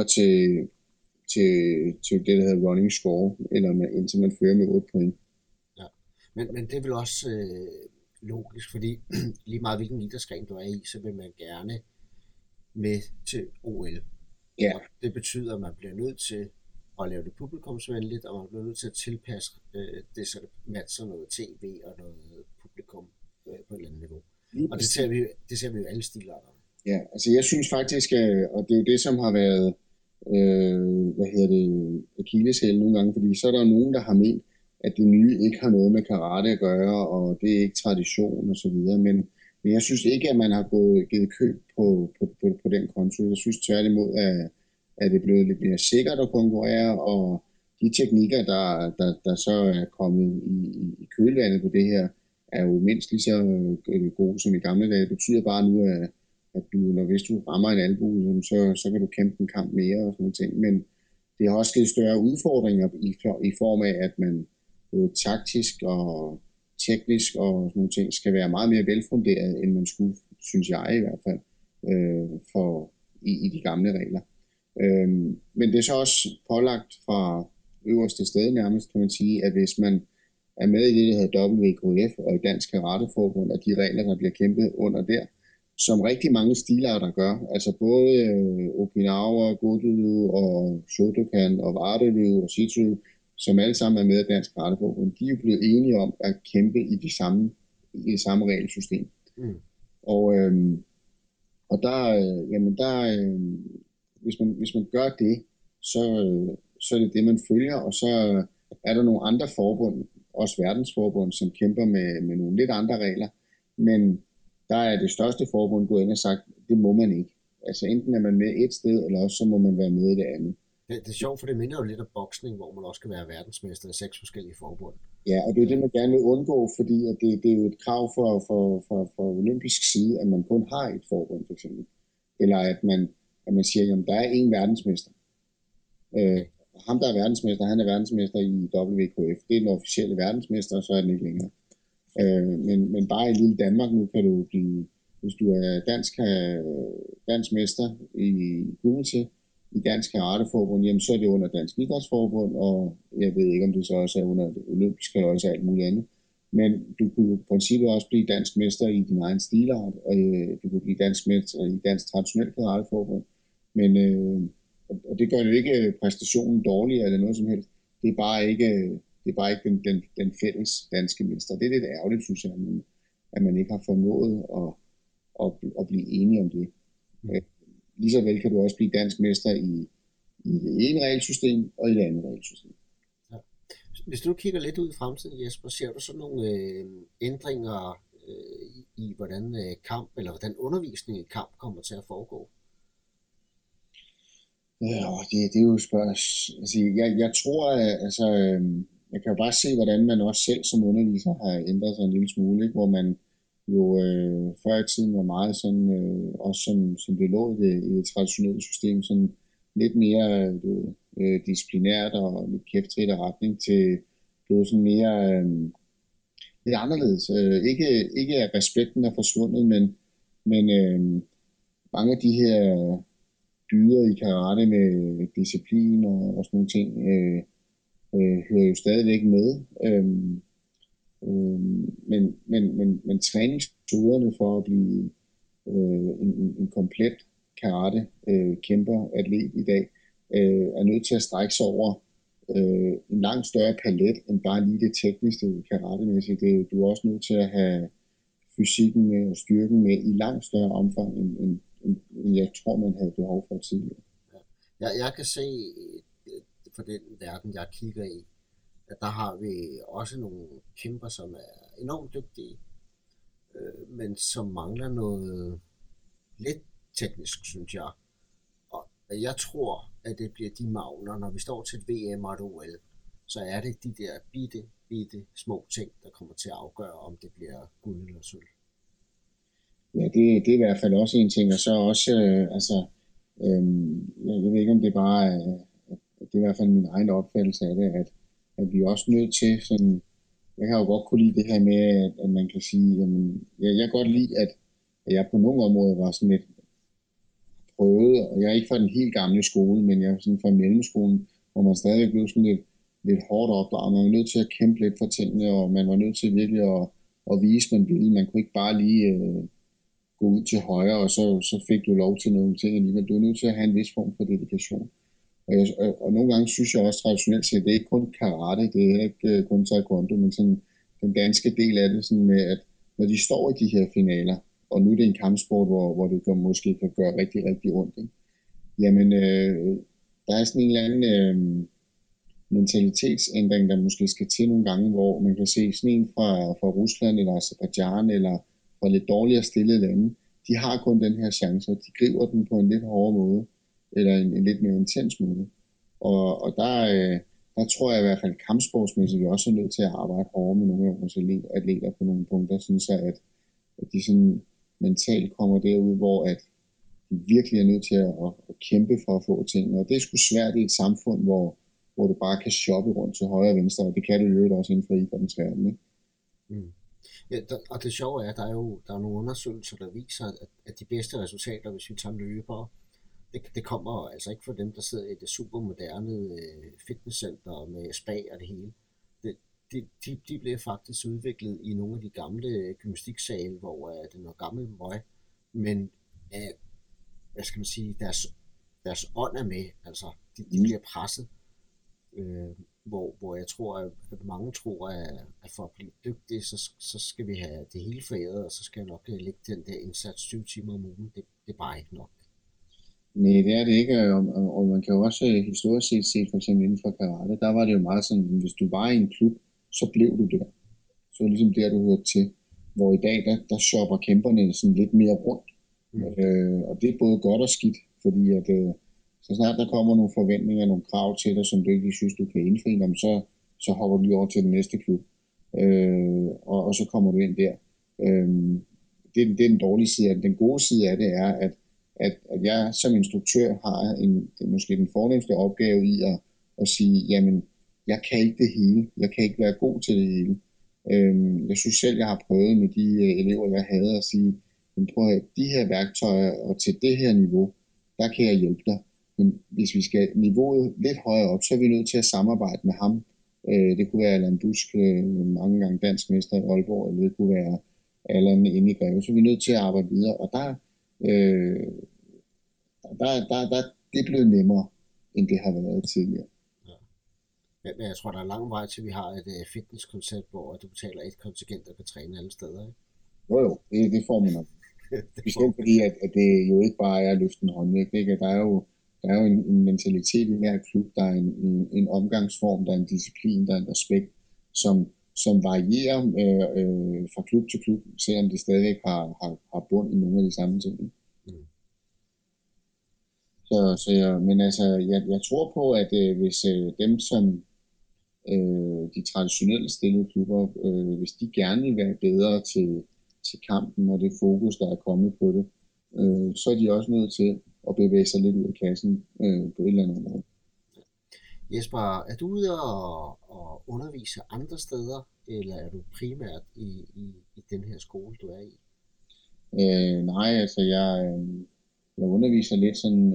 til det, der hedder running score, eller indtil man fører med 8 point. Ja. Men det er vel også logisk, fordi lige meget hvilken idrætsgren du er i, så vil man gerne med til OL. Ja. Og det betyder, at man bliver nødt til at lave det publikumsvenligt, og man bliver nødt til at tilpasse det, så det matcher noget tv og noget publikum på et eller andet niveau. Og det ser vi jo alle stilarterne. Ja, altså jeg synes faktisk, og det er jo det, som har været akilleshæl nogle gange, fordi så er der jo nogen, der har ment, at det nye ikke har noget med karate at gøre, og det er ikke tradition og så videre, men jeg synes ikke, at man har givet køb på den konto. Jeg synes tværtimod, at det er blevet lidt mere sikkert at konkurrere, og de teknikker, der så er kommet i kølvandet på det her, er jo mindst lige så gode som i gamle dage. Det betyder bare nu, at hvis du rammer en albue, så kan du kæmpe en kamp mere og sådan noget ting. Men det har også givet større udfordringer i form af, at man både taktisk og teknisk og sådan nogle ting skal være meget mere velfunderet, end man skulle, synes jeg i hvert fald, i de gamle regler. Men det er så også pålagt fra øverste sted nærmest, kan man sige, at hvis man er med i det, der hedder WKF og i Dansk Karateforbund, og de regler, der bliver kæmpet under der, som rigtig mange stilarter gør, altså både Okinawa, Goju og Shotokan og Wado og Shichu, som alle sammen er med i Dansk Karateforbund, de er jo blevet enige om at kæmpe i det samme regelsystem. Mm. Og hvis man gør det, så er det det, man følger, og så er der nogle andre forbund, også verdensforbund, som kæmper med nogle lidt andre regler, men der er det største forbund gået ind og sagt, det må man ikke. Altså enten er man med et sted, eller også så må man være med i det andet. Det er sjovt, for det minder jo lidt om boksning, hvor man også skal være verdensmester i 6 forskellige forbund. Ja, og det er det, man gerne vil undgå, fordi at det er jo et krav for olympisk side, at man kun har et forbund, for eksempel. Eller at man siger, at der er en verdensmester. Ham, der er verdensmester, han er verdensmester i WKF. Det er den officielle verdensmester, og så er den ikke længere. Men bare i lille Danmark nu kan du blive, hvis du er dansk mester i Gummice, i Dansk Karateforbund, jamen så er det under Dansk Idrætsforbund, og jeg ved ikke, om det så også er under det olympiske eller også alt muligt andet. Men du kunne i princippet også blive dansk mester i din egen stilart, og du kunne blive dansk mester i Dansk Traditionelt Karateforbund. Men og det gør jo ikke præstationen dårligere eller noget som helst. Det er bare ikke den fælles danske mester. Det er lidt ærgerligt, synes jeg, at man ikke har formået at blive enige om det. Ligeså vel kan du også blive dansk mester i det ene regelsystem og i det andet regelsystem. Ja. Hvis du kigger lidt ud i fremtiden, Jesper, ser du så nogle ændringer i hvordan kamp eller hvordan undervisning i kamp kommer til at foregå? Ja, det er jo spørgsmål. Altså, jeg tror, jeg kan jo bare se, hvordan man også selv som underviser har ændret sig en lille smule, ikke? Hvor man jo før i tiden var meget sådan, også som det lå i det traditionelle system, sådan lidt mere disciplinært og lidt kæftrit af retning til blevet sådan mere lidt anderledes. Ikke at respekten er forsvundet, men mange af de her dyder i karate med disciplin og sådan nogle ting hører jo stadigvæk med. Men træningsmetoderne for at blive en komplet karate kæmper atlet i dag er nødt til at strække sig over en langt større palet end bare lige det tekniske karatemæssige. Du er også nødt til at have fysikken med og styrken med i langt større omfang, end jeg tror, man havde behov for tidligere. Jeg kan se for den verden, jeg kigger i, at der har vi også nogle kæmper, som er enormt dygtige, men som mangler noget lidt teknisk, synes jeg. Og jeg tror, at det bliver de magler, når vi står til et VM og et OL, så er det de der bitte små ting, der kommer til at afgøre, om det bliver guld eller sølv. Ja, det er i hvert fald også en ting, og så også, jeg ved ikke, om det bare er, det er i hvert fald min egen opfattelse af det, at vi er også nødt til sådan, jeg kan jo godt kunne lide det her med, at man kan sige, jamen, jeg kan godt lide, at jeg på nogle områder var sådan lidt prøvet, og jeg er ikke fra den helt gamle skole, men jeg er sådan fra mellemskolen, hvor man stadig blev sådan lidt hårdt opdraget. Man var nødt til at kæmpe lidt for tingene, og man var nødt til virkelig at vise, man ville. Man kunne ikke bare lige gå ud til højre, og så fik du lov til nogle ting alligevel. Du er nødt til at have en vis form for dedikation. Og nogle gange synes jeg også traditionelt set, det er ikke kun karate, det er ikke kun taekwondo, men sådan den danske del af det, sådan med, at når de står i de her finaler, og nu er det en kampsport, hvor det måske kan gøre rigtig, rigtig ondt, ikke? Jamen, der er sådan en eller anden mentalitetsændring, der måske skal til nogle gange, hvor man kan se sådan en fra Rusland eller Azerbaijan eller fra lidt dårligere stillede lande, de har kun den her chance, og de griber den på en lidt hårdere måde, eller en lidt mere intens måde. Og der tror jeg i hvert fald kampsportsmæssigt, vi også er nødt til at arbejde hårdere med nogle af vores atleter på nogle punkter, sådan så at de sådan mentalt kommer derud, hvor at de virkelig er nødt til at kæmpe for at få tingene. Og det er sgu svært i et samfund, hvor du bare kan shoppe rundt til højre og venstre, og det kan du jo også inden for idrættens verden, ikke? Mm. Ja, og det sjove er, at der er nogle undersøgelser, der viser, at de bedste resultater, hvis vi tager løbere, det kommer altså ikke fra dem, der sidder i det supermoderne fitnesscenter med spa og det hele. De bliver faktisk udviklet i nogle af de gamle gymnastiksale, hvor det er noget gammelt møg, men hvad skal man sige, deres ånd er med, altså de bliver presset, hvor jeg tror, at mange tror, at for at blive dygtig, så skal vi have det hele foræret, og så skal jeg nok lægge den der indsats 20 timer om ugen. Det er bare ikke nok. Nej, det er det ikke, og man kan jo også historisk set for eksempel inden for karate, der var det jo meget sådan, at hvis du var i en klub, så blev du der. Så var det ligesom der, du hørte til. Hvor i dag, der shopper kæmperne sådan lidt mere rundt. Og det er både godt og skidt, fordi at så snart der kommer nogle forventninger, nogle krav til dig, som du ikke synes, du kan indfri dem, så hopper du lige over til den næste klub. Og så kommer du ind der. Det er den dårlige side af det. Den gode side af det er, at jeg som instruktør har måske den fornemmeste opgave i at sige, jamen, jeg kan ikke det hele. Jeg kan ikke være god til det hele. Jeg synes selv, jeg har prøvet med de elever, jeg havde, at sige, prøv at de her værktøjer, og til det her niveau, der kan jeg hjælpe dig. Men hvis vi skal niveauet lidt højere op, så er vi nødt til at samarbejde med ham. Det kunne være Allan Busk, mange gange dansk mester i Aalborg, eller det kunne være Allan inde i Greve. Så er vi nødt til at arbejde videre, og det er blevet nemmere, end det har været tidligere. Men jeg tror, der er lang vej til, vi har et fitnesskoncept, hvor du betaler et kontingent og kan træne alle steder, ikke? Jo, det får man nok. Specielt fordi, at det jo ikke bare er at løfte en håndvægt, ikke? Der er jo en mentalitet i hver klub, der er en omgangsform, der er en disciplin, der er en respekt, som varierer fra klub til klub, selvom det stadigvæk har bund i nogle af de samme ting. Men altså, jeg tror på, at hvis dem, som de traditionelle stillede klubber, hvis de gerne vil være bedre til kampen og det fokus, der er kommet på det, så er de også nødt til at bevæge sig lidt ud af kassen på et eller andet område. Jesper, er du ude og undervise andre steder, eller er du primært i den her skole, du er i? Nej, altså jeg underviser lidt sådan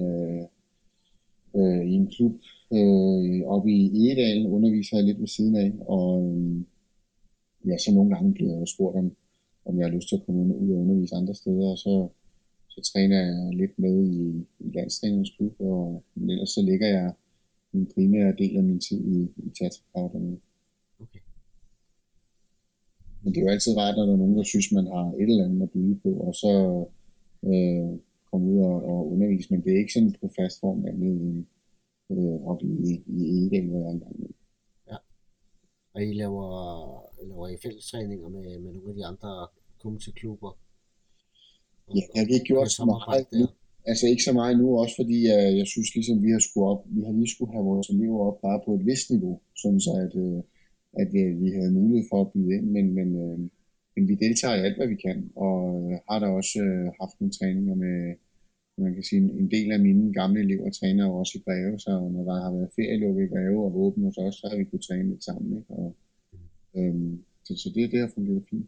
i en klub oppe i Egedalen, underviser jeg lidt ved siden af, og ja, så nogle gange bliver jeg spurgt om jeg har lyst til at komme ud og undervise andre steder, og så træner jeg lidt med i landstræningsklub, men ellers så ligger jeg en primær del af min tid i Teaterkrav dernede. Okay. Men det er jo altid rart, når der er nogen, der synes, man har et eller andet at byde på, og så komme ud og undervise. Men det er ikke sådan på fast form andet end op i Egedal, hvor jeg er engang med. Ja. Og I laver I fællestræninger med nogle af de andre komiteklubber? Ja, det har vi ikke gjort så meget nu. Altså ikke så meget nu, også fordi jeg synes ligesom, vi har lige skulle have vores elever op bare på et vist niveau, sådan så at vi havde mulighed for at byde ind, men vi deltager i alt, hvad vi kan, og har da også haft nogle træninger med, man kan sige, en del af mine gamle elever træner jo også i Greve, så når der har været ferielukket i Greve og åbent hos os, så har vi kunnet træne lidt sammen, ikke? Og, så det har fungeret fint.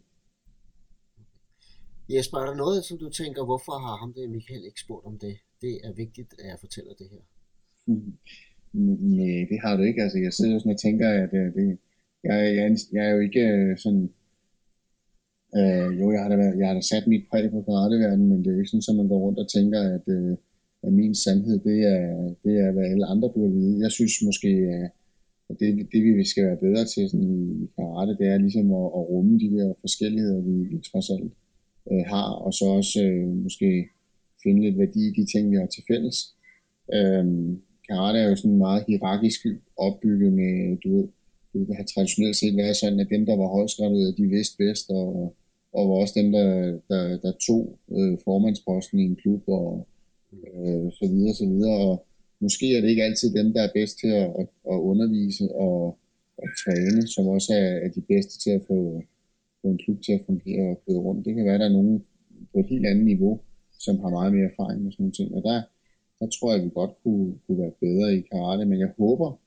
Jesper, er der noget, som du tænker, hvorfor har ham der Michael ikke spurgt om det? Det er vigtigt, at jeg fortæller det her. Nej, det har du ikke. Altså, jeg sidder jo sådan og tænker, at jeg er jo ikke sådan... Jo, jeg har da sat mit præg på karateverdenen, men det er jo ikke sådan, at man går rundt og tænker, at min sandhed, det er, hvad alle andre burde vide. Jeg synes måske, at det vi skal være bedre til sådan i karate, det er ligesom at rumme de der forskelligheder, vi trods alt har, og så også måske finde lidt værdi i de ting, vi har til fælles. Karate er jo sådan meget hierarkisk opbygget med, det har traditionelt set været sådan, at dem, der var højskrettede, de vidste bedst, og var også dem, der tog formandsposten i en klub, og så videre, så videre. Og måske er det ikke altid dem, der er bedst til at undervise og træne, som også er de bedste til at få en klub til at fungere og køre rundt. Det kan være, at der er nogen på et helt andet niveau, som har meget mere erfaring med sådan nogle ting. Og der tror jeg, at vi godt kunne være bedre i karate, men jeg håber,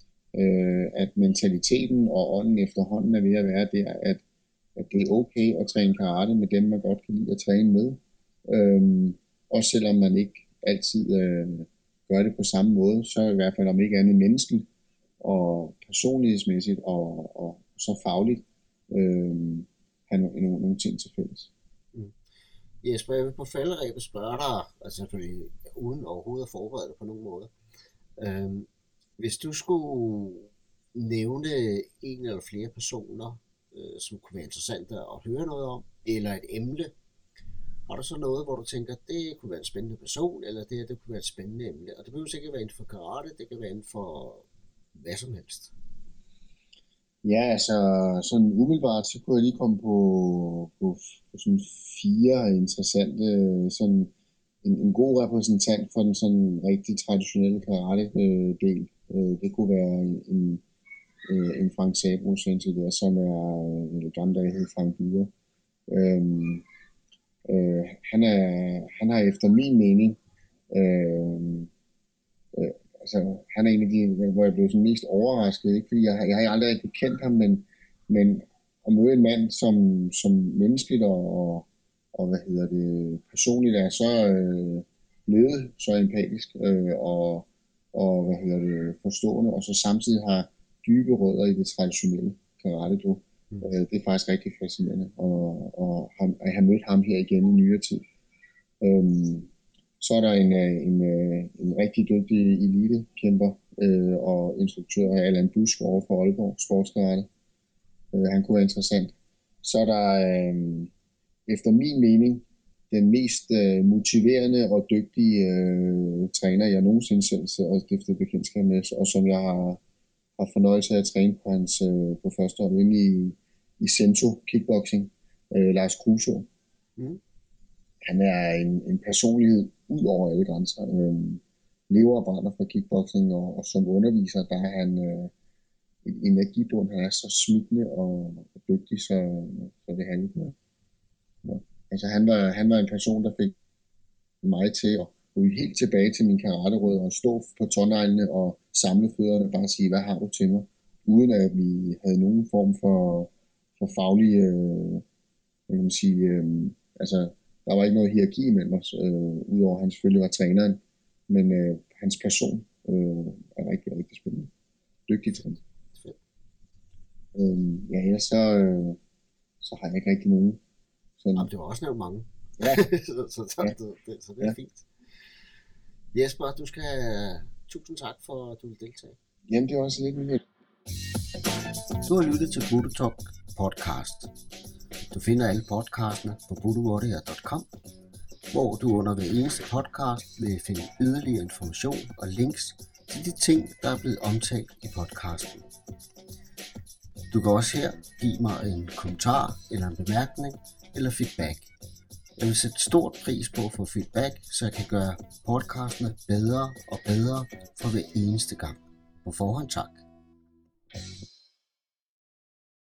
at mentaliteten og ånden efterhånden er ved at være der, at det er okay at træne karate med dem, man godt kan lide at træne med. Også selvom man ikke altid gør det på samme måde, så i hvert fald om ikke andet menneskeligt og personlighedsmæssigt og så fagligt have nogle ting til fælles. Jesper, jeg vil på falderebet spørge dig, altså selvfølgelig uden overhovedet at forberede dig på nogen måde. Hvis du skulle nævne en eller flere personer, som kunne være interessante at høre noget om, eller et emne, har du så noget, hvor du tænker, det kunne være en spændende person, eller det kunne være et spændende emne? Og det behøver ikke være inden for karate, det kan være inden for hvad som helst. Ja, altså sådan umiddelbart, så kunne jeg lige komme på sådan 4 interessante, sådan en god repræsentant for den sådan rigtig traditionelle karate-del. Det kunne være en Frank Sabros indtil der, som er gamle dage hed Frank Dyre. Han har efter min mening altså, han er en af de, hvor jeg blev sådan mest overrasket, ikke fordi jeg har aldrig rigtig kendt ham, men at møde en mand, som menneskeligt og personligt er så blevet så empatisk og forstående, og så samtidig har dybe rødder i det traditionelle karate. Det er faktisk rigtig fascinerende at have mødt ham her igen i nyere tid. Så er der en rigtig dygtig elitekæmper og instruktør, Allan Busk over for Aalborg Sportskarate. Han kunne være interessant. Så er der efter min mening den mest motiverende og dygtige træner, jeg nogensinde selv har stiftet bekendtskab med, og som jeg har fornøjelse af at træne på hans på første år inde i Sento Kickboxing, Lars Kruså. Han er en personlighed ud over alle grænser. Lever og brænder for kickboxing, og som underviser, der er han en energibund. Han er så smittende og dygtig, så det er med. Ja. Altså han var en person, der fik mig til at gå helt tilbage til min karaterød og stå på tåneglene og samle fødderne og bare sige, hvad har du til mig? Uden at vi havde nogen form for faglig, hvad kan man sige, altså der var ikke noget hierarki imellem os, udover at han selvfølgelig var træneren, men hans person er rigtig, rigtig spændende. Dygtig træner. Ja, ellers så har jeg ikke rigtig nogen. Sådan. Jamen, det var også nævnt mange. Ja. så det er fint. Jesper, du skal have tusind tak for, at du vil deltage. Jamen, det var også lidt nyt. Du har lyttet til Budo Talk podcast. Du finder alle podcastene på voodoowarrior.com, hvor du under hver eneste podcast vil finde yderligere information og links til de ting, der er blevet omtalt i podcasten. Du kan også her give mig en kommentar eller en bemærkning eller feedback. Jeg vil sætte stort pris på at få feedback, så jeg kan gøre podcastene bedre og bedre for hver eneste gang. På forhånd tak.